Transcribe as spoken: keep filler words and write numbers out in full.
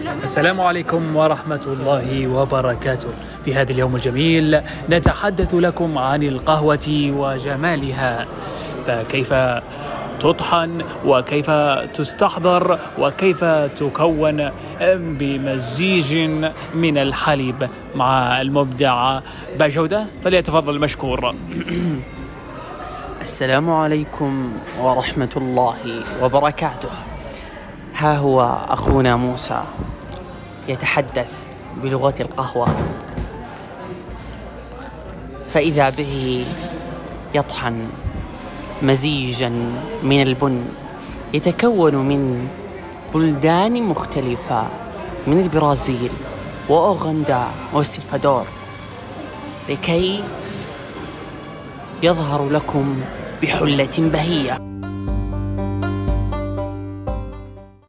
السلام عليكم ورحمة الله وبركاته. في هذا اليوم الجميل نتحدث لكم عن القهوة وجمالها، فكيف تطحن وكيف تستحضر وكيف تكون بمزيج من الحليب مع المبدع بجودة. فليتفضل مشكور. السلام عليكم ورحمة الله وبركاته. ها هو أخونا موسى يتحدث بلغة القهوة، فإذا به يطحن مزيجا من البن يتكون من بلدان مختلفة من البرازيل وأوغندا والسلفادور، لكي يظهر لكم بحلة بهية.